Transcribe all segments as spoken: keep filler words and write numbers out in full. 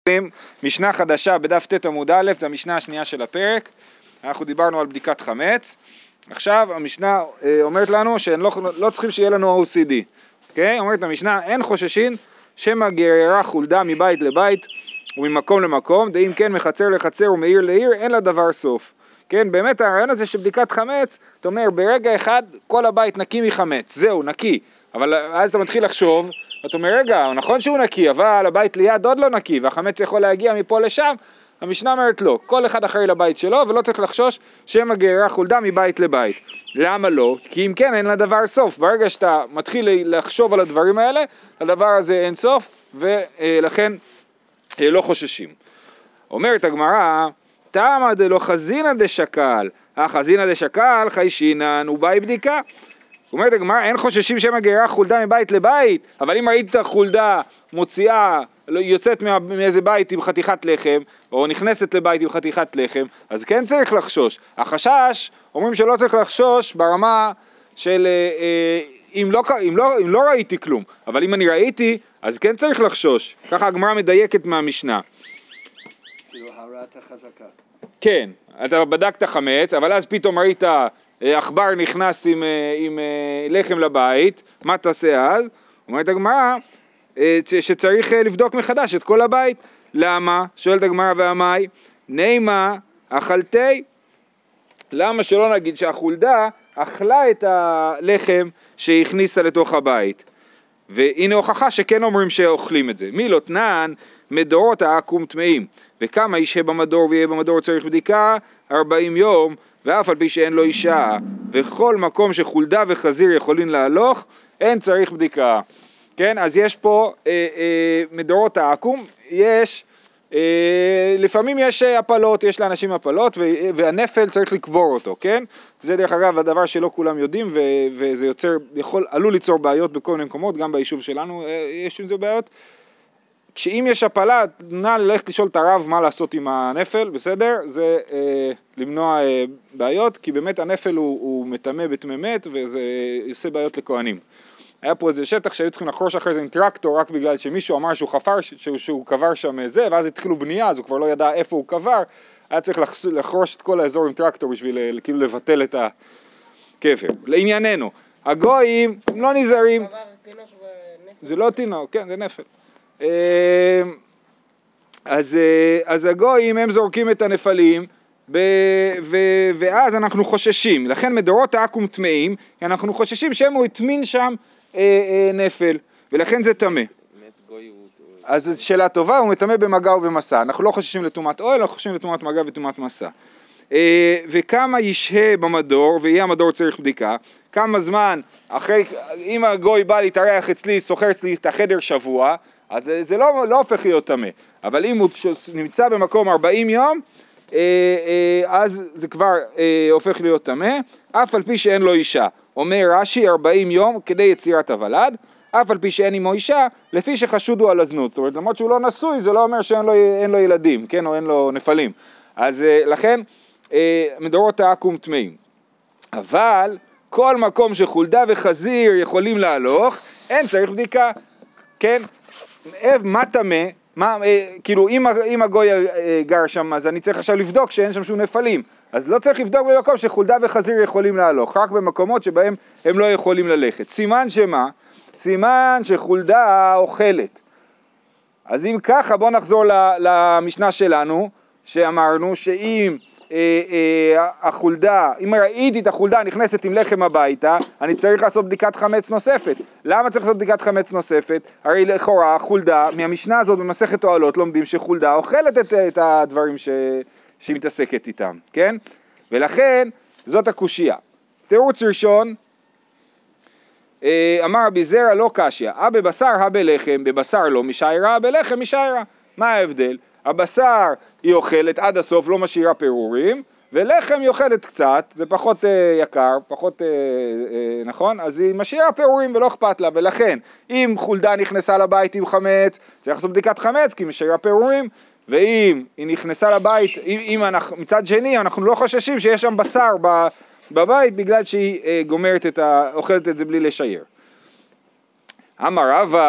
משנה חדשה בדף ת' עמוד א', זה המשנה השנייה של הפרק. אנחנו דיברנו על בדיקת חמץ. עכשיו המשנה אה, אומרת לנו שלא לא צריכים שיהיה לנו או סי די. אוקיי? אומרת המשנה, אין חוששין שמא גררה חולדה מבית לבית וממקום למקום, דאם כן מחצר לחצר ומעיר לעיר, אין לדבר סוף. כן, באמת הרעיון הזה של בדיקת חמץ, אתה אומר ברגע אחד כל הבית נקי מחמץ, זהו, נקי. אבל אז אתה מתחיל לחשוב, אתה אומר רגע, נכון שהוא נקי, אבל הבית ליד עוד לא נקי, והחמץ יכול להגיע מפה לשם. המשנה אומרת לא, כל אחד אחראי לבית שלו, ולא צריך לחשוש שמא גררה חולדה מבית לבית. למה לא? כי אם כן אין לדבר סוף. ברגע שאתה מתחיל לחשוב על הדברים האלה, לדבר הזה אין סוף, ולכן לא חוששים. אומרת הגמרא, תמה דלא חזינא דשקל, החזינא דשקל חיישינן ובאי בדיקה. אומרת הגמרא, אין חוששים שמא גררה חולדה מבית לבית, אבל אם ראית חולדה מוציאה, יוצאת מאיזה בית עם חתיכת לחם, או נכנסת לבית עם חתיכת לחם, אז כן צריך לחשוש. החשש, אומרים שלא צריך לחשוש ברמה של אם לא, אם לא, אם לא ראיתי כלום, אבל אם אני ראיתי, אז כן צריך לחשוש. ככה הגמרא מדייקת מהמשנה. כאילו הראתה חזקה. כן, אתה בדקת חמץ, אבל אז פתאום ראית עכבר נכנס עם, עם לחם לבית, מה תעשה אז? אומרת הגמרא שצריך לבדוק מחדש את כל הבית. למה? שואלת הגמרא והמאי, נימה אכלתי, למה שלא נגיד שהחולדה אכלה את הלחם שהכניסה לתוך הבית? והנה הוכחה שכן אומרים שאוכלים את זה. מי לא תנן מדורות העקום טמאים, וכמה ישהה במדור ויהיה במדור צריך בדיקה ארבעים יום, ואף על פי שאין לו אישה, וכל מקום שחולדה וחזיר יכולים להלוך, אין צריך בדיקה. כן, אז יש פה אה, אה, מדורות העקום, יש, אה, לפעמים יש הפלות, יש לאנשים הפלות, והנפל צריך לקבור אותו, כן? זה דרך אגב הדבר שלא כולם יודעים, ו, וזה יוצר, יכול, עלול ליצור בעיות בכל מיני מקומות, גם ביישוב שלנו אה, יש עם זה בעיות. כשאם יש הפלה, נא ללכת לשאול את הרב מה לעשות עם הנפל, בסדר? זה אה, למנוע אה, בעיות, כי באמת הנפל הוא, הוא מטמא בתממת, וזה עושה בעיות לכהנים. היה פה איזה שטח שהיו צריכים לחרוש אחרי זה עם טרקטור, רק בגלל שמישהו אמר שהוא חפר, שהוא, שהוא קבר שם זה, ואז התחילו בנייה, אז הוא כבר לא ידע איפה הוא קבר, היה צריך לחרוש את כל האזור עם טרקטור בשביל כאילו לבטל את הקבר. לענייננו, הגויים לא נזהרים, זה לא תינוק, כן, זה נפל. אז, אז הגויים הם זורקים את הנפלים, ב, ו, ואז אנחנו חוששים, לכן מדורות העקום טמאים, כי אנחנו חוששים שהם הוא הטמין שם אה, אה, נפל, ולכן זה טמא. אז זו שאלה טובה, הוא מטמא במגע ובמסע, אנחנו לא חוששים לטומאת אוהל, אנחנו חוששים לטומאת מגע וטומאת מסע. אה, וכמה ישהה במדור, ויהיה המדור צריך בדיקה, כמה זמן, אחרי, אם הגוי בא להתארח אצלי, סוחר אצלי את החדר שבוע, אז זה, זה לא, לא הופך להיות טמא, אבל אם הוא נמצא במקום ארבעים יום, אז זה כבר הופך להיות טמא, אף על פי שאין לו אישה. אומר רש"י ארבעים יום כדי יצירת הוולד, אף על פי שאין עמו אישה, לפי שחשוד הוא על הזנות. זאת אומרת, למרות שהוא לא נשוי, זה לא אומר שאין לו, אין לו ילדים, כן, או אין לו נפלים. אז לכן מדורות העקום טמאים. אבל כל מקום שחולדה וחזיר יכולים להלוך, אין צריך בדיקה, כן? מה טמא? מה, כאילו אם, אם הגוי גר שם, אז אני צריך עכשיו לבדוק שאין שם שום נפלים, אז לא צריך לבדוק במקום שחולדה וחזיר יכולים להלוך, רק במקומות שבהם הם לא יכולים ללכת. סימן שמה? סימן שחולדה אוכלת. אז אם ככה בוא נחזור למשנה שלנו, שאמרנו שאם אה, אה, החולדה, אם ראיתי את החולדה נכנסת עם לחם הביתה, אני צריך לעשות בדיקת חמץ נוספת. למה צריך לעשות בדיקת חמץ נוספת? הרי לכאורה חולדה, מהמשנה הזאת במסכת אוהלות לומדים שחולדה אוכלת את, את הדברים ש, שהיא מתעסקת איתם, כן? ולכן זאת הקושיה. תירוץ ראשון, אמר רבי זרע לא קשיא, אה בבשר, אה בלחם, בבשר לא משיירה, בלחם משיירה. מה ההבדל? הבשר היא אוכלת עד הסוף, לא משאירה פירורים, ולחם היא אוכלת קצת, זה פחות אה, יקר, פחות אה, אה, נכון, אז היא משאירה פירורים ולא אכפת לה, ולכן אם חולדה נכנסה לבית עם חמץ, צריך לעשות בדיקת חמץ כי היא משאירה פירורים, ואם היא נכנסה לבית, אם, אם אנחנו, מצד שני אנחנו לא חוששים שיש שם בשר ב, בבית, בגלל שהיא אה, גומרת את ה, אוכלת את זה בלי לשייר. אמר רבא,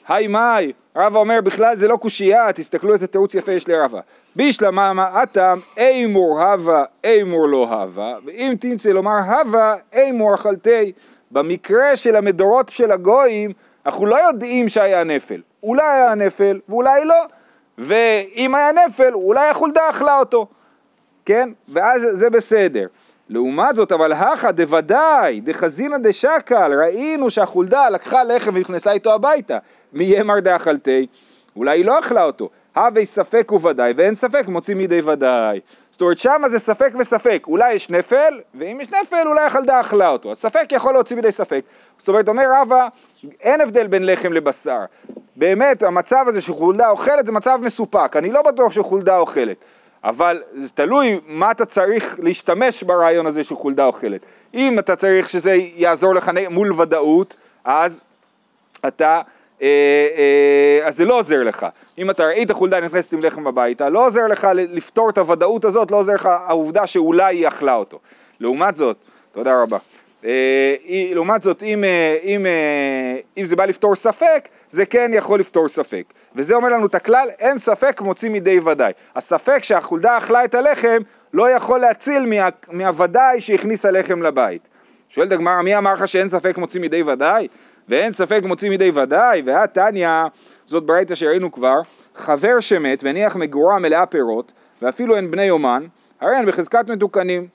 היי מאי, רבא אומר בכלל זה לא קושייה, תסתכלו איזה תירוץ יפה יש לרבא. בישלמה מה אתם, אימור הווה, אימור לא הווה, ואם תמצא לומר הווה, אימור אכלתי. במקרה של המדורות של הגויים, אנחנו לא יודעים שהיה נפל. אולי היה נפל ואולי לא. ואם היה נפל, אולי החולדה אכלה אותו. כן? ואז זה בסדר. לעומת זאת, אבל הכה דוודאי, דחזינא דשקל, ראינו שהחולדה לקחה לחם ונכנסה איתו הביתה. מי יאמר דאכלתי? אולי היא לא אכלה אותו. הווי ספק וודאי, ואין ספק מוציא מידי ודאי. זאת אומרת, שמה זה ספק וספק. אולי יש נפל, ואם יש נפל, אולי החולדה אכלה אותו. הספק יכול להוציא מידי ספק. זאת אומרת, אומר רבא, אין הבדל בין לחם לבשר. באמת, המצב הזה שחולדה אוכלת זה מצב מסופק. אני לא בטוח שחולדה אוכלת. אבל זה תלוי מה אתה צריך להשתמש ברעיון הזה שחולדה אוכלת. אם אתה צריך שזה יעזור לך מול ודאות, אז אתה, אה, אה, אז זה לא עוזר לך. אם אתה ראית חולדה נכנסת עם לחם הביתה, לא עוזר לך לפתור את הוודאות הזאת, לא עוזר לך העובדה שאולי היא אכלה אותו. לעומת זאת, תודה רבה. אה, לעומת זאת, אם, אם, אם זה בא לפתור ספק, זה כן יכול לפתור ספק. וזה אומר לנו את הכלל, אין ספק מוציא מידי ודאי. הספק שהחולדה אכלה את הלחם לא יכול להציל מה, מהוודאי שהכניס הלחם לבית. שואלת הגמרא, מי אמר לך שאין ספק מוציא מידי ודאי? ואין ספק מוציא מידי ודאי, והתניא, זאת ברייתא שראינו כבר, חבר שמת והניח מגורה מלאה פירות, ואפילו אין בני יומן, הרי הן בחזקת מתוקנים.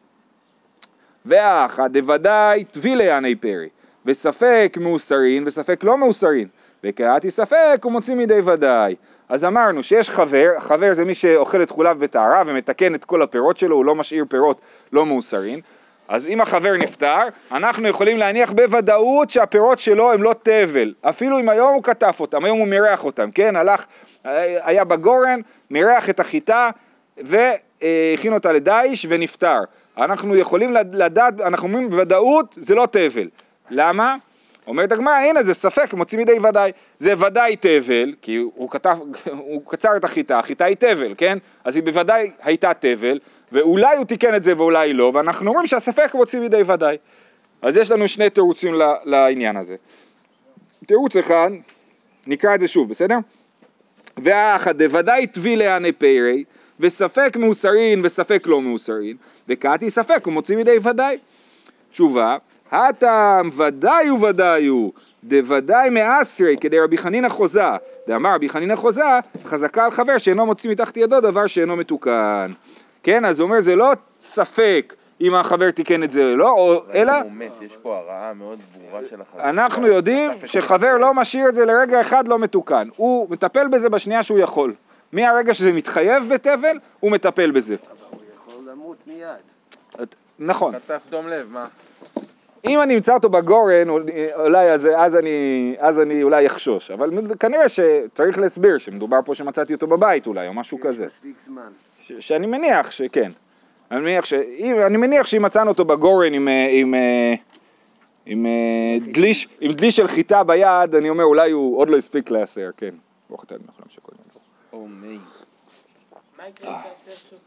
ואחא דוודאי טבילי עני פרי, וספק מאוסרין וספק לא מאוסרין. וקראתי ספק הוא מוציא מידי ודאי. אז אמרנו שיש חבר, חבר זה מי שאוכל את חוליו בטהרה ומתקן את כל הפירות שלו, הוא לא משאיר פירות לא מאוסרין. אז אם החבר נפטר, אנחנו יכולים להניח בוודאות שהפירות שלו הם לא תבל, אפילו אם היום הוא כתף אותם, היום הוא מירח אותם, כן? הלך, היה בגורן, מירח את החיטה והכין אותה לדייש ונפטר. אנחנו יכולים לדעת, אנחנו אומרים בוודאות זה לא תבל. למה? אומרת הגמרא, הנה זה ספק, מוציא מידי ודאי. זה ודאי תבל, כי הוא, כתב, הוא קצר את החיטה, החיטה היא תבל, כן? אז היא בוודאי הייתה תבל, ואולי הוא תיקן את זה ואולי לא, ואנחנו אומרים שהספק מוציא מידי ודאי. אז יש לנו שני תירוצים לעניין הזה. תירוץ אחד, נקרא את זה שוב, בסדר? והאחד, דוודאי טבילי עני פרי, וספק מאוסרין וספק לא מאוסרין, וקראתי ספק, הוא מוציא מידי ודאי. תשובה, הטעם ודאי וודאי הוא, דוודאי מאסרי, כדי רבי חנינא חוזה, דאמר רבי חנינא חוזה, חזקה על חבר שאינו מוציא מתחת ידו דבר שאינו מתוקן. כן, אז הוא אומר, זה לא ספק אם החבר תיקן את זה, לא, או, אלא... יש פה הרעה מאוד ברורה של החבר. אנחנו יודעים שחבר לא משאיר את זה לרגע אחד לא מתוקן, הוא מטפל בזה בשנייה שהוא יכול. מהרגע שזה מתחייב בתבל, הוא מטפל בזה. אבל הוא יכול למות מיד. נכון. חטף דום לב, מה? אם אני אמצא אותו בגורן, אולי אז, אז, אני, אז אני אולי יחשוש, אבל כנראה שצריך להסביר שמדובר פה שמצאתי אותו בבית אולי, או משהו כזה. ש, שאני מניח שכן. אני מניח, ש, אני מניח שאם מצאנו אותו בגורן עם, עם, עם, עם, דליש, עם דליש של חיטה ביד, אני אומר אולי הוא עוד לא הספיק להסר, כן. ברוך אתה אדוני החולם שקודם לו. או מי. מה יקרה אם תעשר שוב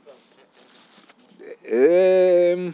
פעם?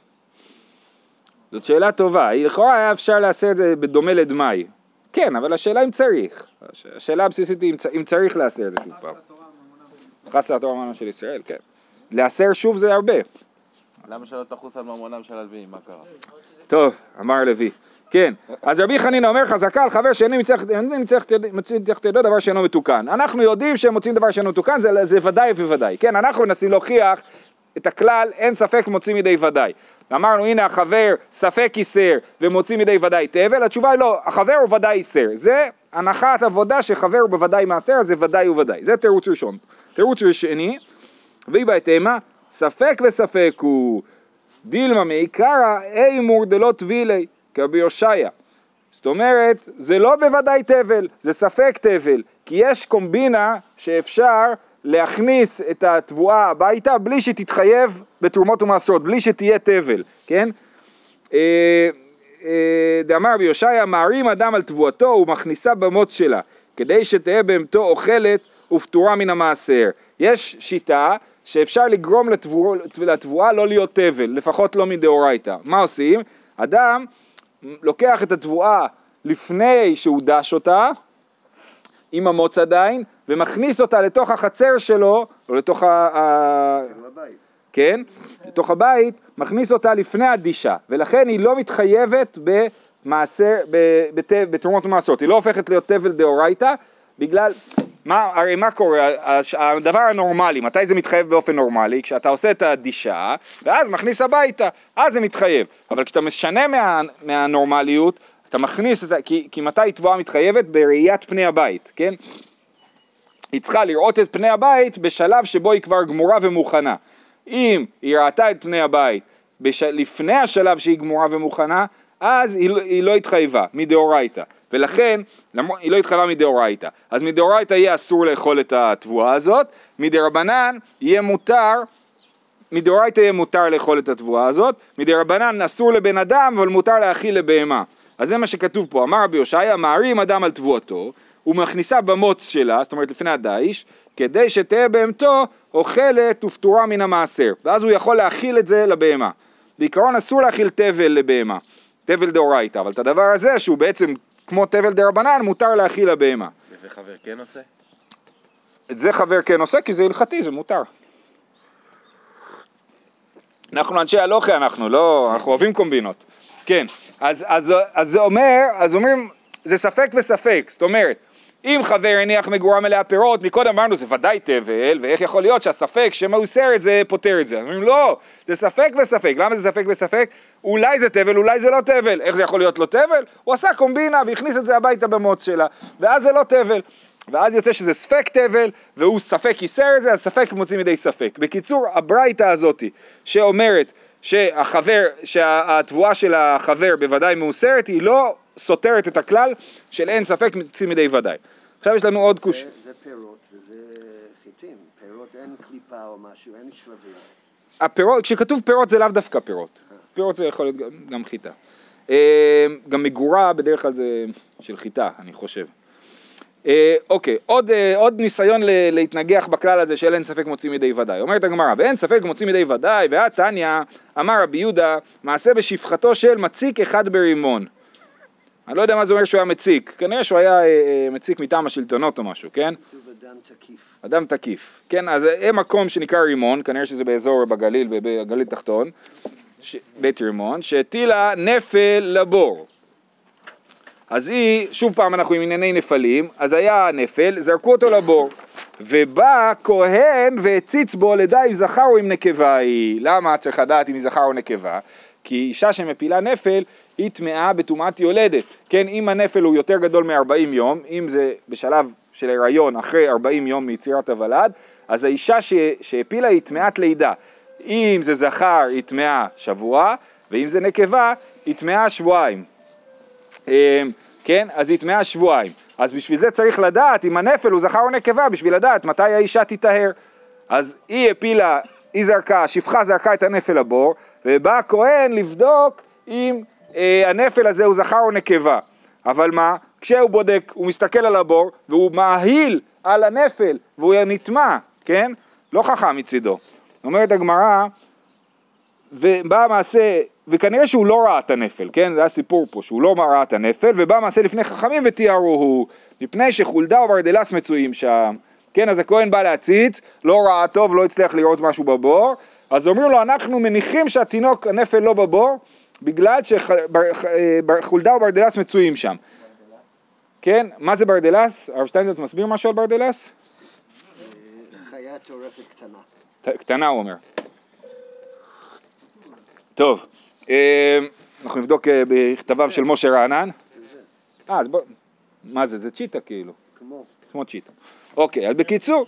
זאת שאלה טובה, לכאורה היה אפשר לעשות את זה בדומה לדמי. כן, אבל השאלה אם צריך. השאלה הבסיסית היא אם צריך לעשות את זה שוב פעם. חסה התורה ממונם של ישראל, כן. לעשר שוב זה הרבה. למה שלא תחוס על ממונם של הלוויים, מה קרה? טוב, אמר לוי. כן, אז רבי חנינא אומר חזקה על חבר שאינו מוציא מתחת ידו דבר שאינו מתוקן. אנחנו יודעים שהם מוצאים דבר שאינו מתוקן, זה, זה ודאי וודאי. כן, אנחנו מנסים להוכיח את הכלל, אין ספק מוציא מידי ודאי. אמרנו, הנה החבר ספק איסר ומוציא מידי ודאי תבל, התשובה היא לא, החבר הוא ודאי איסר. זה הנחת עבודה שחבר הוא בוודאי מעשר, זה ודאי וודאי. זה תירוץ ראשון. תירוץ ראשני, והיא בהתאמה, ספק וספק הוא דילמה מעיקרא אימור דלא טבילי, כרבי יושעיה. זאת אומרת, זה לא בוודאי תבל, זה ספק תבל, כי יש קומבינה שאפשר להכניס את התבואה הביתה בלי שתתחייב בתרומות ומעשרות, בלי שתהיה תבל, כן? דאמר רבי יושעיה, מערים אדם על תבואתו ומכניסה במוץ שלה, כדי שתהיה בהמתו אוכלת ופטורה מן המעשר. יש שיטה שאפשר לגרום לתבואה לא להיות תבל, לפחות לא מדאורייתא. מה עושים? אדם לוקח את התבואה לפני שהוא דש אותה, עם המוץ עדיין, ומכניס אותה לתוך החצר שלו, או לתוך ה... בבית. כן? לתוך הבית, מכניס אותה לפני הדישה, ולכן היא לא מתחייבת במעשר, בתרומות ומעשרות, היא לא הופכת להיות תבל דאורייתא, בגלל, מה, הרי מה קורה, הדבר הנורמלי, מתי זה מתחייב באופן נורמלי? כשאתה עושה את הדישה, ואז מכניס הביתה, אז זה מתחייב, אבל כשאתה משנה מה, מהנורמליות, אתה מכניס, כי, כי מתי תבואה מתחייבת? בראיית פני הבית, כן? היא צריכה לראות את פני הבית בשלב שבו היא כבר גמורה ומוכנה. אם היא ראתה את פני הבית בש... לפני השלב שהיא גמורה ומוכנה, אז היא, היא לא התחייבה מדאורייתא, ולכן למ... היא לא התחייבה מדאורייתא. אז מדאורייתא יהיה אסור לאכול את התבואה הזאת, מדרבנן יהיה מותר, מדאורייתא יהיה מותר לאכול את התבואה הזאת, מדרבנן אסור לבן אדם, אבל מותר להאכיל לבהמה. אז זה מה שכתוב פה, אמר רבי יושעיה, מערים אדם על תבואתו, ומכניסה במוץ שלה, זאת אומרת לפני הדייש, כדי שתהיה בהמתו אוכלת ופטורה מן המעשר, ואז הוא יכול להאכיל את זה לבהמה. בעיקרון אסור להאכיל תבל לבהמה, תבל דאורייתא, אבל את הדבר הזה שהוא בעצם כמו תבל דרבנן מותר להאכיל לבהמה. וזה חבר כן עושה? את זה חבר כן עושה כי זה הלכתי, זה מותר. אנחנו אנשי הלוכה, אנחנו לא, אנחנו אוהבים קומבינות. כן, אז, אז, אז זה אומר, אז אומרים, זה ספק וספק, זאת אומרת, אם חבר הניח מגורה מלאה פירות, מקודם אמרנו זה ודאי תבל, ואיך יכול להיות שהספק שמאוסר את זה פותר את זה? אומרים לא, זה ספק וספק, למה זה ספק וספק? אולי זה תבל, אולי זה לא תבל, איך זה יכול להיות לא תבל? הוא עשה קומבינה והכניס את זה הביתה במוץ שלה, ואז זה לא תבל, ואז יוצא שזה ספק תבל, והוא ספק ייסר את זה, אז ספק מוצאים ידי ספק. בקיצור, הברייתא הזאת שאומרת שהחבר, שהתבואה של החבר בוודאי מאוסרת, היא לא סותרת את הכלל של אין ספק מוצאים ידי ודאי. עכשיו יש לנו עוד קוש. זה, זה פירות וזה חיטים, פירות אין קליפה או משהו, אין שלבים. הפירות, כשכתוב פירות זה לאו דווקא פירות, פירות זה יכול להיות גם, גם חיטה. גם מגורה בדרך כלל זה של חיטה, אני חושב. אוקיי, עוד, עוד ניסיון להתנגח בכלל הזה של אין ספק מוצאים ידי ודאי. אומרת הגמרא, ואין ספק מוצאים ידי ודאי, והתניא אמר רבי יהודה, מעשה בשפחתו של מציק אחד ברימון. אני לא יודע מה זה אומר שהוא היה מציק, כנראה שהוא היה אה, מציק מטעם השלטונות או משהו, כן? כתוב אדם תקיף. אדם תקיף, כן? אז זה מקום שנקרא רימון, כנראה שזה באזור בגליל, בגליל תחתון, ש... בית רימון, שהטילה נפל לבור. אז היא, שוב פעם אנחנו עם ענייני נפלים, אז היה נפל, זרקו אותו לבור, ובא כהן והציץ בו לדעת אם זכר או אם נקבה היא. למה צריך לדעת אם היא זכר או נקבה? כי אישה שמפילה נפל, היא טמאה בטומאת יולדת, כן? אם הנפל הוא יותר גדול מ-ארבעים יום, אם זה בשלב של הריון אחרי ארבעים יום מיצירת הוולד, אז האישה ש... שהפילה היא טמאת לידה. אם זה זכר היא טמאה שבוע, ואם זה נקבה היא טמאה שבועיים. כן? אז היא טמאה שבועיים. אז בשביל זה צריך לדעת אם הנפל הוא זכר או נקבה, בשביל לדעת מתי האישה תיטהר. אז היא הפילה, היא זרקה, שפחה זרקה את הנפל לבור, ובא הכהן לבדוק אם אה, הנפל הזה הוא זכר או נקבה. אבל מה? כשהוא בודק, הוא מסתכל על הבור, והוא מאהיל על הנפל, והוא נטמע, כן? לא חכם מצידו. אומרת הגמרא, ובא מעשה, וכנראה שהוא לא ראה את הנפל, כן? זה הסיפור פה, שהוא לא ראה את הנפל, ובא מעשה לפני חכמים ותיארוהו, מפני שחולדה וברדלס מצויים שם. כן, אז הכהן בא להציץ, לא ראה טוב, לא הצליח לראות משהו בבור, אז אומרים לו, אנחנו מניחים שהתינוק, הנפל לא בבור, בגלל שחולדה וברדלס מצויים שם. כן, מה זה ברדלס? הרב שטיינזלץ מסביר משהו על ברדלס? חיה טורפת קטנה. קטנה הוא אומר. טוב, אנחנו נבדוק בכתביו של משה רענן. אה, אז בוא, מה זה? זה צ'יטה כאילו. כמו. כמו צ'יטה. אוקיי, אז בקיצור.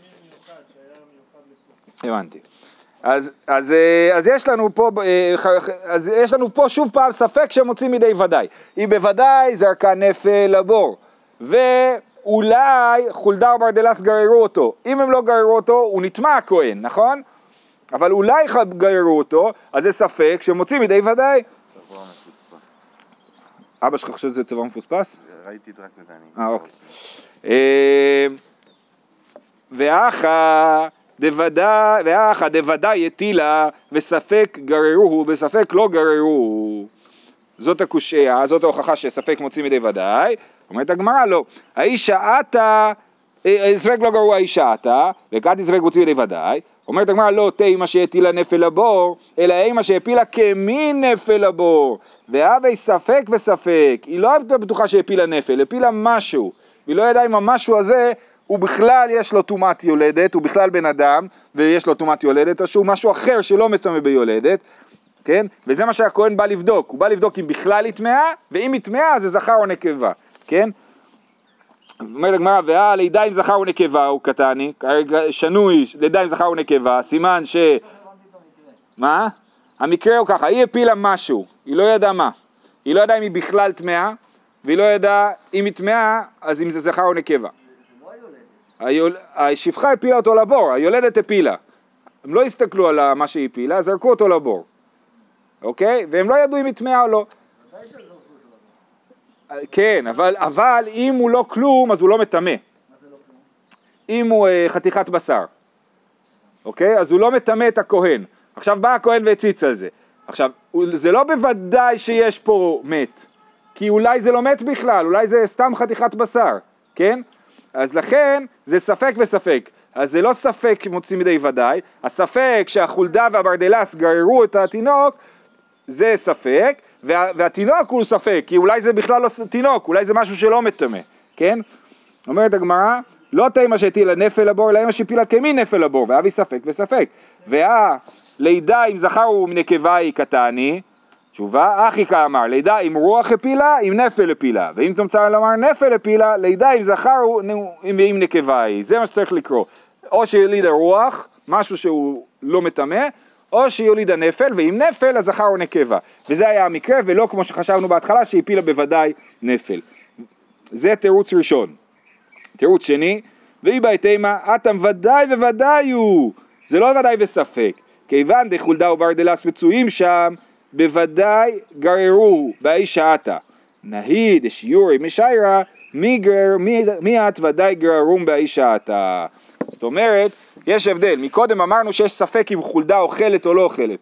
הבנתי. אז, אז, אז יש לנו פה, אז יש לנו פה שוב פעם ספק שמוצאים מידי ודאי. היא בוודאי זרקה נפל לבור, ואולי חולדה וברדלס גררו אותו. אם הם לא גררו אותו, הוא נטמע הכהן, נכון? אבל אולי גררו אותו, אז זה ספק שמוצאים מידי ודאי. צבוע מפוספס. אבא שלך חושב שזה צבוע מפוספס? ראיתי את רק נתני. אה, אוקיי. ואחה דוודאי, ואחה דוודאי הטילה וספק גררוהו בספק לא גררוהו. זאת הקושיה, זאת ההוכחה שספק מוצאים מידי ודאי. אומרת הגמרא, לא, האישה עתה, ספק לא גרוע האישה עתה, וקעתי ספק מוציא ידי ודאי, אומרת הגמרא, לא תימא שהטילה נפל לבור, אלא אימא שהפילה כמין נפל לבור, והווי ספק וספק, היא לא הייתה בטוחה שהפילה נפל, הפילה משהו, והיא לא ידעה אם המשהו הזה, הוא בכלל יש לו טומאת יולדת, הוא בכלל בן אדם, ויש לו טומאת יולדת, או שהוא משהו אחר שלא מטמא ביולדת, כן? וזה מה שהכהן בא לבדוק, הוא בא לבדוק אם בכלל היא טמאה, ואם היא טמאה זה זכר או נקבה, כן? אומרת הגמרא, ואה לידה עם זכר ונקבה הוא קטני, שנוי לידה עם זכר ונקבה, סימן ש... מה? המקרה הוא ככה, היא הפילה משהו, היא לא ידעה מה, היא לא ידעה אם היא בכלל טמאה, והיא לא ידעה אם היא טמאה, אז אם זה זכר או נקבה. היול... השפחה הפילה אותו לבור, היולדת הפילה. הם לא הסתכלו על מה שהיא הפילה, זרקו אותו לבור. אוקיי? והם לא ידעו אם היא טמאה או לא. כן, אבל, אבל אם הוא לא כלום, אז הוא לא מטמא. אם הוא uh, חתיכת בשר. אוקיי? אז הוא לא מטמא את הכהן. עכשיו בא הכהן והציץ על זה. עכשיו, זה לא בוודאי שיש פה מת. כי אולי זה לא מת בכלל, אולי זה סתם חתיכת בשר. כן? אז לכן זה ספק וספק. אז זה לא ספק מוצאים ידי ודאי. הספק שהחולדה והברדלס גררו את התינוק, זה ספק. וה, והתינוק הוא ספק, כי אולי זה בכלל לא תינוק, אולי זה משהו שלא מטמא, כן? אומרת הגמרא, לא תימא שהטילה נפל לבור, אלא אימא שהפילה כמין נפל לבור, והביא ספק וספק. והלידה אם זכר הוא מנקבה היא קטני, תשובה, אחי כאמר, לידה אם רוח הפילה, אם נפל הפילה, ואם תמצא לומר נפל הפילה, לידה אם זכר הוא אם נקבה היא, זה מה שצריך לקרוא. או שיליד הרוח, משהו שהוא לא מטמא, או שיוליד הנפל, ואם נפל, אז זכר או נקבה. וזה היה המקרה, ולא כמו שחשבנו בהתחלה, שהפילה בוודאי נפל. זה תירוץ ראשון. תירוץ שני, והיא בהתאמה, אתם ודאי וודאי הוא. זה לא ודאי וספק. כיוון דחולדה וברדלס מצויים שם, בוודאי גררו באיש שעתה. נהי דשיורי משיירה, מי, גרר, מי, מי את ודאי גררום באיש שעתה. זאת אומרת, יש הבדל. מקודם אמרנו שיש ספק אם חולדה אוכלת או לא אוכלת.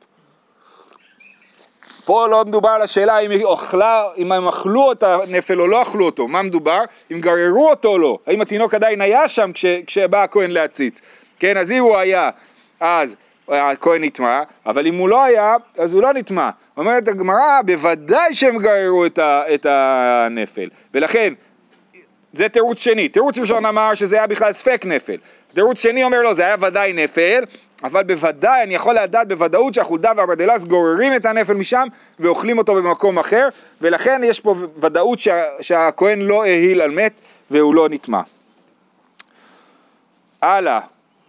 פה לא מדובר על השאלה אם היא אוכלה, אם הם אכלו את הנפל או לא אכלו אותו. מה מדובר? אם גררו אותו או לא. האם התינוק עדיין היה שם כש, כשבא הכהן להציץ. כן, אז אם הוא היה, אז הכהן נטמא, אבל אם הוא לא היה, אז הוא לא נטמא. אומרת הגמרא, בוודאי שהם גררו את, ה, את הנפל. ולכן, זה תירוץ שני. תירוץ ראשון אמר שזה היה בכלל ספק נפל. תירוץ שני אומר לו, זה היה ודאי נפל, אבל בוודאי, אני יכול לדעת בוודאות שהחולדה והברדלס גוררים את הנפל משם ואוכלים אותו במקום אחר, ולכן יש פה ודאות שה, שהכהן לא העיל על מת והוא לא נטמא. הלאה.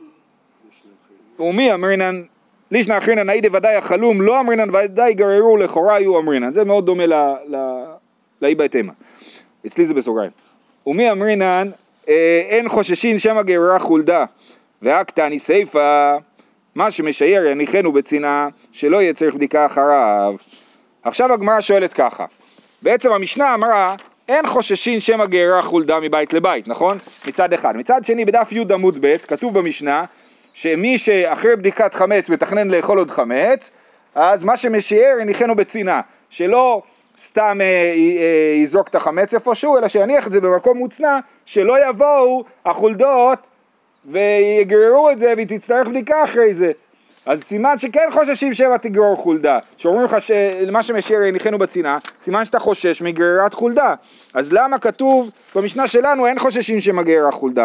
ומי אמרינן, לישנא אחרינן נאי דוודאי החלום, לא אמרינן ודאי גררו לכאורה היו אמרינן. זה מאוד דומה לאי בהתאמה. אצלי זה בסוגריים. ומי אמרינן, אה, אין חוששין שמא גררה חולדה, והקטני סייפה, מה שמשייר יניחנו בצנעה, שלא יהיה צריך בדיקה אחריו. עכשיו הגמרא שואלת ככה, בעצם המשנה אמרה, אין חוששין שמא גררה חולדה מבית לבית, נכון? מצד אחד. מצד שני, בדף י' עמוד ב', כתוב במשנה, שמי שאחרי בדיקת חמץ מתכנן לאכול עוד חמץ, אז מה שמשייר יניחנו בצנעה, שלא סתם אה, אה, יזרוק את החמץ איפשהו, אלא שיניח את זה במקום מוצנע, שלא יבואו החולדות ויגררו את זה ותצטרך בדיקה אחרי זה. אז סימן שכן חוששים שמא תגרור חולדה, שאומרים לך שמה שמשייר יניחנו בצנעה, סימן שאתה חושש מגררת חולדה. אז למה כתוב במשנה שלנו אין חוששים שמא גררה חולדה?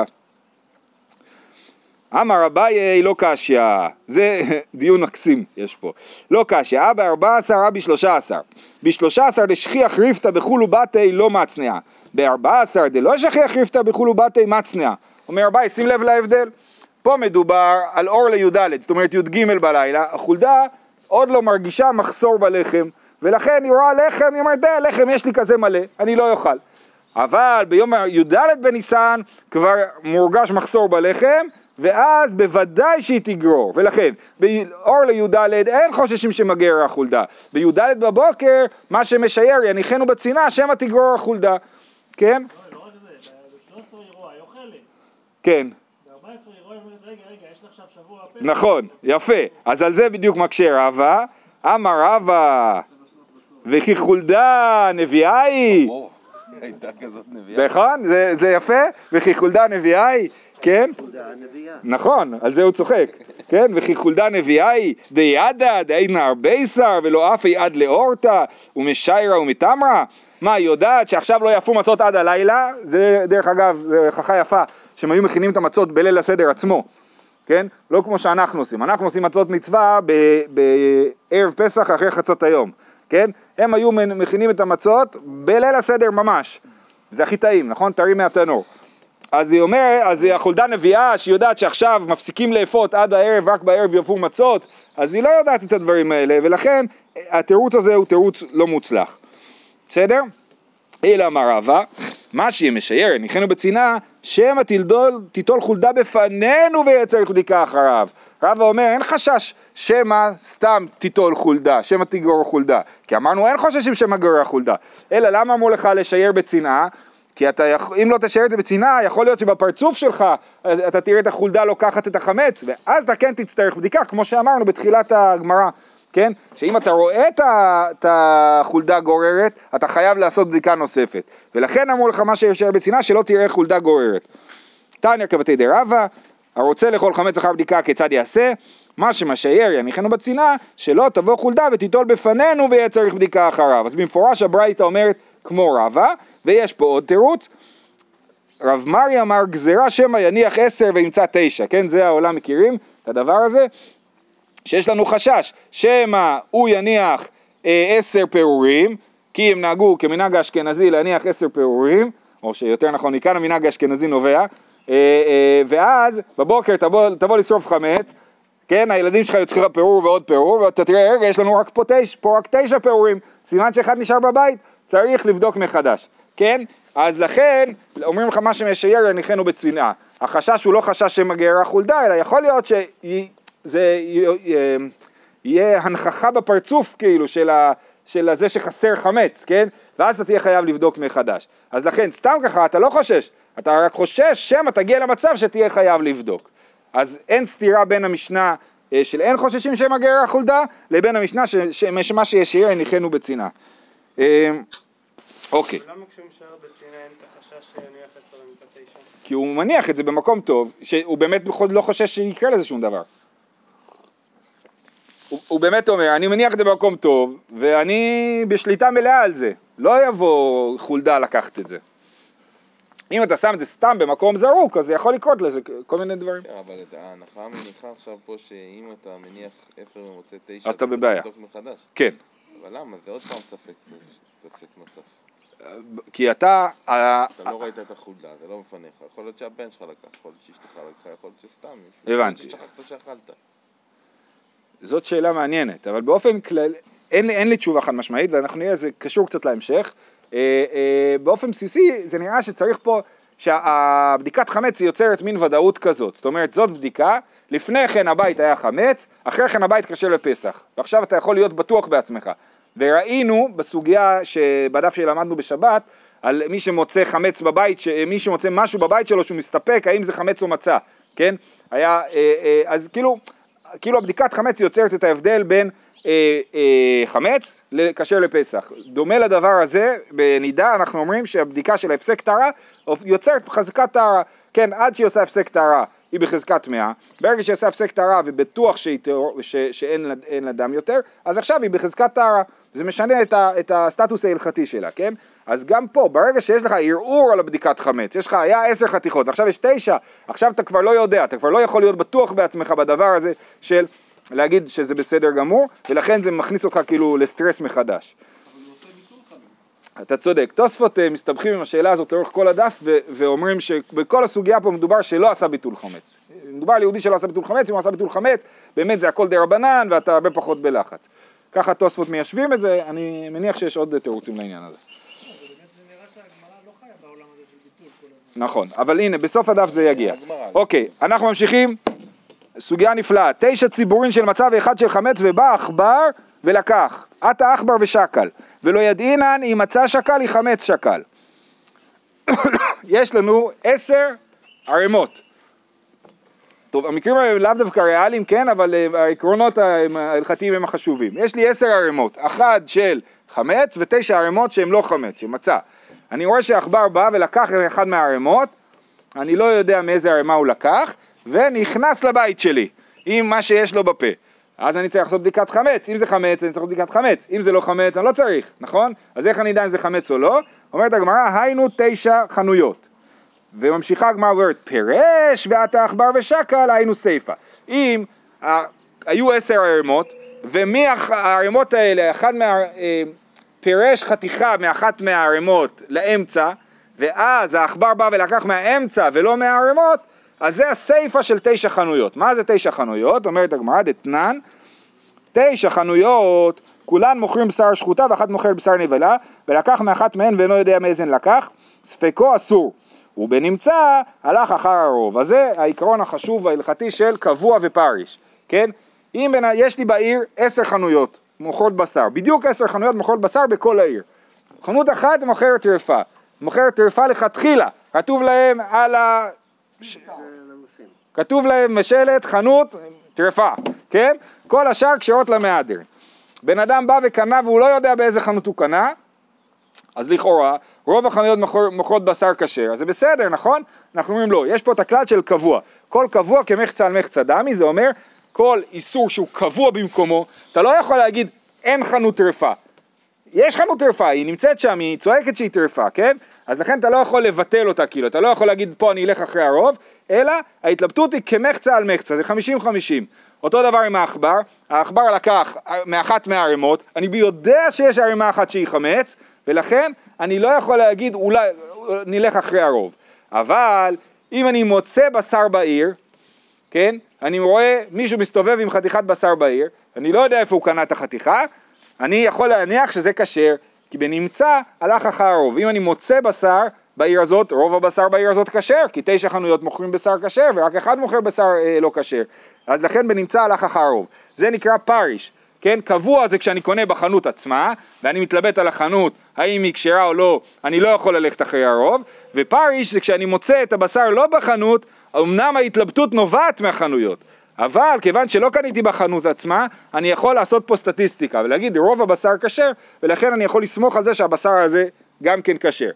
אמר אביי לא קשיא, זה דיון מקסים יש פה, לא קשיא, אבא ארבע עשר, אבי שלושה עשר, בשלושה עשר דשכיח ריפתא בחולו בתי לא מצנעה, בארבע עשר דלא שכיח ריפתא בחולו בתי מצנעה. אומר אביי, שים לב להבדל, פה מדובר על אור לי"ד, זאת אומרת י"ג בלילה, החולדה עוד לא מרגישה מחסור בלחם, ולכן היא רואה לחם, היא אומרת, לחם יש לי כזה מלא, אני לא אוכל. אבל ביום י"ד בניסן כבר מורגש מחסור בלחם, ואז בוודאי שהיא תגרור, ולכן באור לי"ד אין חוששים שמגרר החולדה, בי"ד בבוקר מה שמשייר יניחנו בצנעה שמא תגרור החולדה, כן? לא, לא רק זה, ב-שלוש עשרה היא רואה, היא אוכלת. כן. ב-ארבע עשרה היא רואה, רגע, רגע, יש לך עכשיו שבוע הפרק. נכון, יפה, אז על זה בדיוק מקשה רבא, אמר רבא, וכי חולדה נביאה היא, הייתה כזאת נביאה. נכון? זה, זה יפה? וכי חולדה נביאה היא, כן? חולדה הנביאה. נכון, על זה הוא צוחק, כן? וכי חולדה נביאה היא דיידה, דיינה ארבייסר, ולא אף היא עד לאורתה, ומשיירה ומתמרה. מה, היא יודעת שעכשיו לא יפו מצות עד הלילה? זה דרך אגב, זה חכה יפה, שהם היו מכינים את המצות בליל הסדר עצמו, כן? לא כמו שאנחנו עושים. אנחנו עושים מצות מצווה בערב פסח אחרי חצות היום, כן? הם היו מכינים את המצות בליל הסדר ממש. זה הכי טעים, נכון? טעים מהתנור. אז היא אומרת, אז היא החולדה נביאה שהיא יודעת שעכשיו מפסיקים לאפות עד הערב, רק בערב יפו מצות, אז היא לא יודעת את הדברים האלה, ולכן התירוץ הזה הוא תירוץ לא מוצלח. בסדר? אלא אמר רבא, מה שהיא משייר, ניחנו בצינה, שמא תיטול חולדה בפנינו ויצר בדיקה אחריו. רבא אומר, אין חשש שמא סתם תיטול חולדה, שמא תגרור חולדה. כי אמרנו, אין חוששים שמא גרור חולדה. אלא למה אמרו לך לשייר בצינה? כי אתה, אם לא תשייר את זה בצינה, יכול להיות שבפרצוף שלך אתה תראה את החולדה לוקחת את החמץ, ואז אתה כן תצטרך בדיקה, כמו שאמרנו בתחילת הגמרא. כן? שאם אתה רואה את החולדה גוררת, אתה חייב לעשות בדיקה נוספת. ולכן אמרו לך מה שישאר בצינה, שלא תראה חולדה גוררת. תניא כבתי דרבא, הרוצה לאכול חמץ אחר בדיקה, כיצד יעשה? מה שמשייר יניחנו בצינה, שלא תבוא חולדה ותיטול בפנינו ויהיה צריך בדיקה אחריו. אז במפורש הברייתא אומרת כמו רבא, ויש פה עוד תירוץ. רב מרי אמר גזירה שמא יניח עשר וימצא תשע. כן? זה העולם מכירים את הדבר הזה. שיש לנו חשש שמא הוא יניח אה, עשר פירורים, כי הם נהגו כמנהג האשכנזי להניח עשר פירורים, או שיותר נכון מכאן המנהג האשכנזי נובע, אה, אה, ואז בבוקר תבוא, תבוא לשרוף חמץ, כן, הילדים שלך יוצאים לך פירור ועוד פירור, ואתה תראה, רגע, יש לנו רק פה תשע, פה רק תשע פירורים, סימן שאחד נשאר בבית, צריך לבדוק מחדש, כן? אז לכן, אומרים לך מה שמשייר יניחנו בצינה, החשש הוא לא חשש שמגרה חולדה, אלא יכול להיות שהיא זה יהיה הנכחה בפרצוף כאילו של, ה, של הזה שחסר חמץ, כן? ואז אתה תהיה חייב לבדוק מחדש. אז לכן, סתם ככה, אתה לא חושש, אתה רק חושש שמה תגיע למצב שתהיה חייב לבדוק. אז אין סתירה בין המשנה של אין חוששים שמה גרה חולדה, לבין המשנה שמה שישיר הניחנו בצינה. אוקיי. למה כשהוא משאר בצינה אין את החשש שיניח עשר ומצא תשע? כי הוא מניח את זה במקום טוב, שהוא באמת לא חושש שיקרה לזה שום דבר. הוא, הוא באמת אומר, אני מניח את זה במקום טוב, ואני בשליטה מלאה על זה. לא יבוא חולדה לקחת את זה. אם אתה שם את זה סתם במקום זרוק, אז זה יכול לקרות לזה כל מיני דברים. כן, אבל ההנחה מניחה עכשיו פה שאם אתה מניח עשר ומוצא תשע, אז אתה בבעיה. מחדש. כן. אבל למה? זה עוד פעם ספק, ספק נוסף. כי אתה... אתה לא ראית את החולדה, זה לא מפניך. יכול להיות שהבן שלך לקח, יכול להיות שאשתך לקחה, יכול להיות שסתם. הבנתי. שכחת שאכלת. זאת שאלה מעניינת, אבל באופן כלל, אין לי, אין לי תשובה חד משמעית, ואנחנו נראה, זה קשור קצת להמשך. אה, אה, באופן בסיסי, זה נראה שצריך פה, שהבדיקת חמץ היא יוצרת מין ודאות כזאת. זאת אומרת, זאת בדיקה, לפני כן הבית היה חמץ, אחרי כן הבית קשה לפסח. ועכשיו אתה יכול להיות בטוח בעצמך. וראינו בסוגיה שבדף שלמדנו בשבת, על מי שמוצא חמץ בבית, מי שמוצא משהו בבית שלו שהוא מסתפק, האם זה חמץ או מצה, כן? היה, אה, אה, אז כאילו... כאילו הבדיקת חמץ יוצרת את ההבדל בין אה, אה, חמץ לקשר לפסח. דומה לדבר הזה, בנידה אנחנו אומרים שהבדיקה של ההפסק טהרה יוצרת חזקת טהרה. כן, עד שהיא עושה הפסק טהרה היא בחזקת טמאה, ברגע שהיא עושה הפסק טהרה ובטוח שהיא, ש, שאין לה דם יותר, אז עכשיו היא בחזקת טהרה. זה משנה את, ה, את הסטטוס ההלכתי שלה, כן? אז גם פה, ברגע שיש לך ערעור על הבדיקת חמץ, יש לך, היה עשר חתיכות, עכשיו יש תשע, עכשיו אתה כבר לא יודע, אתה כבר לא יכול להיות בטוח בעצמך בדבר הזה של להגיד שזה בסדר גמור, ולכן זה מכניס אותך כאילו לסטרס מחדש. אבל הוא עושה ביטול חמץ. אתה צודק, תוספות uh, מסתבכים עם השאלה הזאת לאורך כל הדף, ו- ואומרים שבכל הסוגיה פה מדובר שלא עשה ביטול חמץ. מדובר על יהודי שלא עשה ביטול חמץ, אם הוא עשה ביטול חמץ, באמת זה הכל די רבנן, ואתה הרבה פחות בלחץ. ככה תוספות מיישבים את זה, אני מניח שיש עוד תירוצים לעניין הזה. נכון, אבל הנה, בסוף הדף זה יגיע. אוקיי, אנחנו ממשיכים. סוגיה נפלאה. תשע ציבורין של מצה ואחד של חמץ, ובא עכבר ולקח. עתה עכבר ושקל. ולא ידעינן אם מצה שקל, היא חמץ שקל. יש לנו עשר ערימות. טוב, המקרים האלה לאו דווקא ריאליים, כן, אבל העקרונות ההלכתיים הם החשובים. יש לי עשר ערימות. אחד של חמץ ותשע ערימות שהם לא חמץ, שמצה. אני רואה שהעכבר בא ולקח אחד מהערימות, אני לא יודע מאיזה ערימה הוא לקח, ונכנס לבית שלי, עם מה שיש לו בפה. אז אני צריך לעשות בדיקת חמץ, אם זה חמץ אני צריך לעשות בדיקת חמץ, אם זה לא חמץ אני לא צריך, נכון? אז איך אני יודע אם זה חמץ או לא? אומרת הגמרא, היינו תשע חנויות. וממשיכה הגמרא ואומרת, פירש ועתה עכבר ושקל, היינו סייפה. אם ה... היו עשר ערימות, ומהערימות האלה, אחד מה... פירש חתיכה מאחת מהערימות לאמצע, ואז העכבר בא ולקח מהאמצע ולא מהערימות, אז זה הסייפה של תשע חנויות. מה זה תשע חנויות? אומרת הגמרא, דתנן, תשע חנויות, כולן מוכרים בשר שחוטה ואחת מוכר בשר נבלה, ולקח מאחת מהן ואינו יודע מאיזן לקח, ספקו אסור. ובנמצא הלך אחר הרוב. אז זה העיקרון החשוב וההלכתי של קבוע ופריש. כן? אם בין... יש לי בעיר עשר חנויות מוכרות בשר, בדיוק עשר חנויות מוכרות בשר בכל העיר. חנות אחת מוכרת טרפה, מוכרת טרפה לכתחילה, כתוב להם על ה... ש... כתוב להם משלת חנות טרפה, כן? כל השאר קשרות למהדר. בן אדם בא וקנה והוא לא יודע באיזה חנות הוא קנה, אז לכאורה רוב החנויות מוכרות בשר כשר, אז זה בסדר, נכון? אנחנו אומרים לא, יש פה את הכלל של קבוע, כל קבוע כמחצה על מחצה דמי, זה אומר כל איסור שהוא קבוע במקומו, אתה לא יכול להגיד אין חנות טרפה, יש חנות טרפה, היא נמצאת שם, היא צועקת שהיא טרפה, כן? אז לכן אתה לא יכול לבטל אותה, כאילו, אתה לא יכול להגיד פה אני אלך אחרי הרוב, אלא ההתלבטות היא כמחצה על מחצה, זה חמישים חמישים. אותו דבר עם העכבר, העכבר לקח מאחת מהערימות, אני יודע שיש ערימה אחת שהיא חמץ, ולכן אני לא יכול להגיד אולי נלך אחרי הרוב. אבל אם אני מוצא בשר בעיר, כן? אני רואה מישהו מסתובב עם חתיכת בשר בעיר, אני לא יודע איפה הוא קנה את החתיכה, אני יכול להניח שזה כשר, כי בנמצא הלך אחר הרוב. אם אני מוצא בשר בעיר הזאת, רוב הבשר בעיר הזאת כשר, כי תשע חנויות מוכרים בשר כשר, ורק אחד מוכר בשר אה, לא כשר. אז לכן בנמצא הלך אחר הרוב. זה נקרא פריש. כן? קבוע זה כשאני קונה בחנות עצמה, ואני מתלבט על החנות, האם היא כשרה או לא, אני לא יכול ללכת אחרי הרוב, ופריש זה כשאני מוצא את הבשר לא בחנות, אמנם ההתלבטות נובעת מהחנויות, אבל כיוון שלא קניתי בחנות עצמה, אני יכול לעשות פה סטטיסטיקה, ולהגיד רוב הבשר כשר, ולכן אני יכול לסמוך על זה שהבשר הזה גם כן כשר.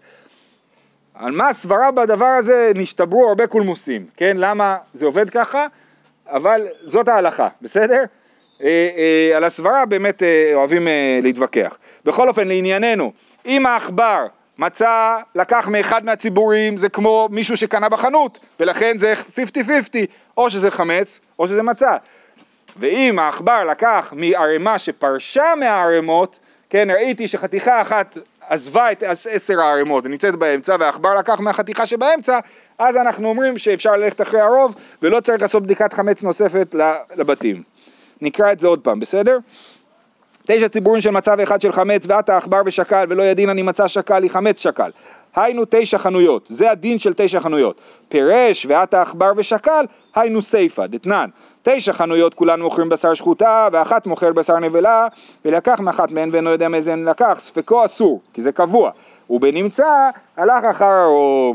על מה הסברה בדבר הזה נשתברו הרבה קולמוסים, כן? למה זה עובד ככה? אבל זאת ההלכה, בסדר? אה, אה, על הסברה באמת אה, אוהבים אה, להתווכח. בכל אופן, לענייננו, אם העכבר מצא, לקח מאחד מהציבורים, זה כמו מישהו שקנה בחנות, ולכן זה חמישים חמישים, או שזה חמץ, או שזה מצא. ואם העכבר לקח מערימה שפרשה מהערימות, כן, ראיתי שחתיכה אחת עזבה את עשר הערימות, זה נמצאת באמצע, והעכבר לקח מהחתיכה שבאמצע, אז אנחנו אומרים שאפשר ללכת אחרי הרוב, ולא צריך לעשות בדיקת חמץ נוספת לבתים. נקרא את זה עוד פעם, בסדר? תשע ציבורים של מצב אחד של חמץ, ועתה עכבר ושקל, ולא ידין אני מצא שקל, היא חמץ שקל. היינו תשע חנויות, זה הדין של תשע חנויות. פירש ועתה עכבר ושקל, היינו סייפה, דתנן. תשע חנויות כולן מוכרים בשר שחוטה, ואחת מוכר בשר נבלה, ולקח מאחת מהן ואינו יודע מאיזה לקח, ספקו אסור, כי זה קבוע. ובנמצא הלך אחר הרוב.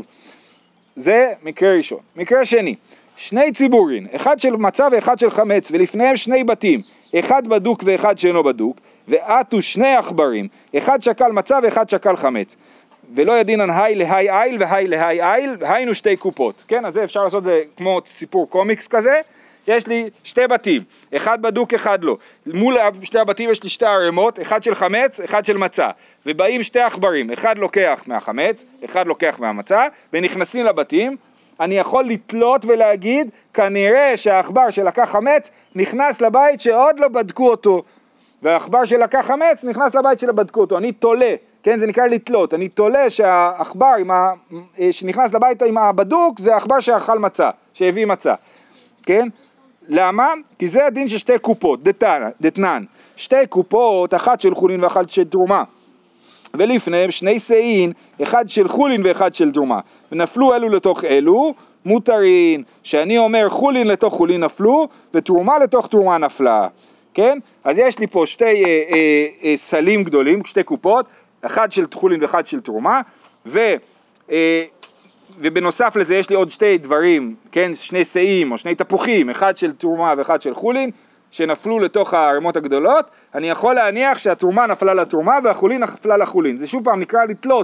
זה מקרה ראשון. מקרה שני, שני ציבורים, אחד של מצה ואחד של חמץ, ולפניהם שני בתים, אחד בדוק ואחד שאינו בדוק, ועטו שני עכברים, אחד שקל מצה ואחד שקל חמץ. ולא ידינן היי להי איל והי להי איל, היינו שתי קופות. כן, אז זה אפשר לעשות זה כמו סיפור קומיקס כזה. יש לי שתי בתים, אחד בדוק, אחד לא. מול שתי הבתים יש לי שתי ערימות, אחד של חמץ, אחד של מצה. ובאים שתי עכברים, אחד לוקח מהחמץ, אחד לוקח מהמצה, ונכנסים לבתים. אני יכול לתלות ולהגיד, כנראה שהעכבר שלקח חמץ נכנס לבית שעוד לא בדקו אותו. והעכבר שלקח חמץ נכנס לבית שלא בדקו אותו. אני תולה, כן, זה נקרא לתלות. אני תולה שהעכבר ה... שנכנס לבית עם הבדוק, זה העכבר שאכל מצה, שהביא מצה. כן? למה? כי זה הדין של שתי קופות, דתנן, דתנן. שתי קופות, אחת של חולין ואחת של תרומה. ולפניהם שני שאין, אחד של חולין ואחד של תרומה. ונפלו אלו לתוך אלו, מותרין, שאני אומר חולין לתוך חולין נפלו, ותרומה לתוך תרומה נפלה. כן? אז יש לי פה שתי אה, אה, אה, סלים גדולים, שתי קופות, אחד של חולין ואחד של תרומה, ו... אה, ובנוסף לזה יש לי עוד שתי דברים, כן, שני שאים או שני תפוחים, אחד של תרומה ואחד של חולין, שנפלו לתוך הערימות הגדולות. אני יכול להניח שהתרומה נפלה לתרומה והחולין נפלה לחולין. זה שוב פעם נקרא לתלות.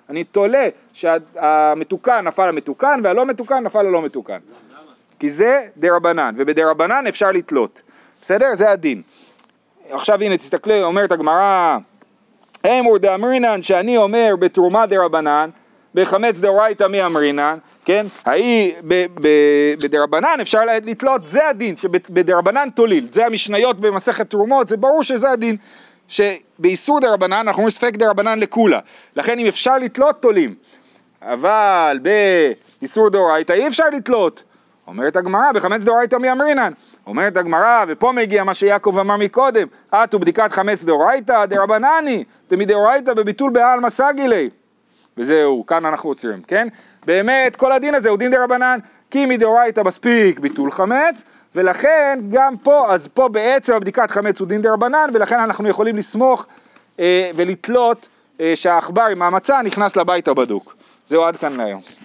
אני תולה שהמתוקן נפל המתוקן והלא מתוקן נפל הלא מתוקן. כי זה דרבנן, ובדרבנן אפשר לתלות. בסדר? זה הדין. עכשיו הנה תסתכלי, אומרת הגמרא, אמור דאמרינן שאני אומר בתרומה דרבנן, בחמץ דאורייתא מי אמרינן, כן? ההיא בדרבנן אפשר לתלות, זה הדין, שבדרבנן תוליל, זה המשניות במסכת תרומות, זה ברור שזה הדין, שבאיסור דרבנן אנחנו אומרים ספק דרבנן לכולה, לכן אם אפשר לתלות תולים, אבל באיסור דאורייתא אי אפשר לתלות, אומרת הגמרא בחמץ דאורייתא מי אמרינן, אומרת הגמרא, ופה מגיע מה שיעקב אמר מקודם, את ובדיקת חמץ דאורייתא דרבנני, דמדאורייתא בביטול בעלמא סגילי, וזהו, כאן אנחנו עוצרים, כן? באמת כל הדין הזה הוא דין דרבנן, כי מדאורייתא מספיק ביטול חמץ, ולכן גם פה, אז פה בעצם הבדיקת חמץ הוא דין דרבנן, ולכן אנחנו יכולים לסמוך אה, ולתלות אה, שהעכבר עם המצה נכנס לבית הבדוק. זהו עד כאן להיום.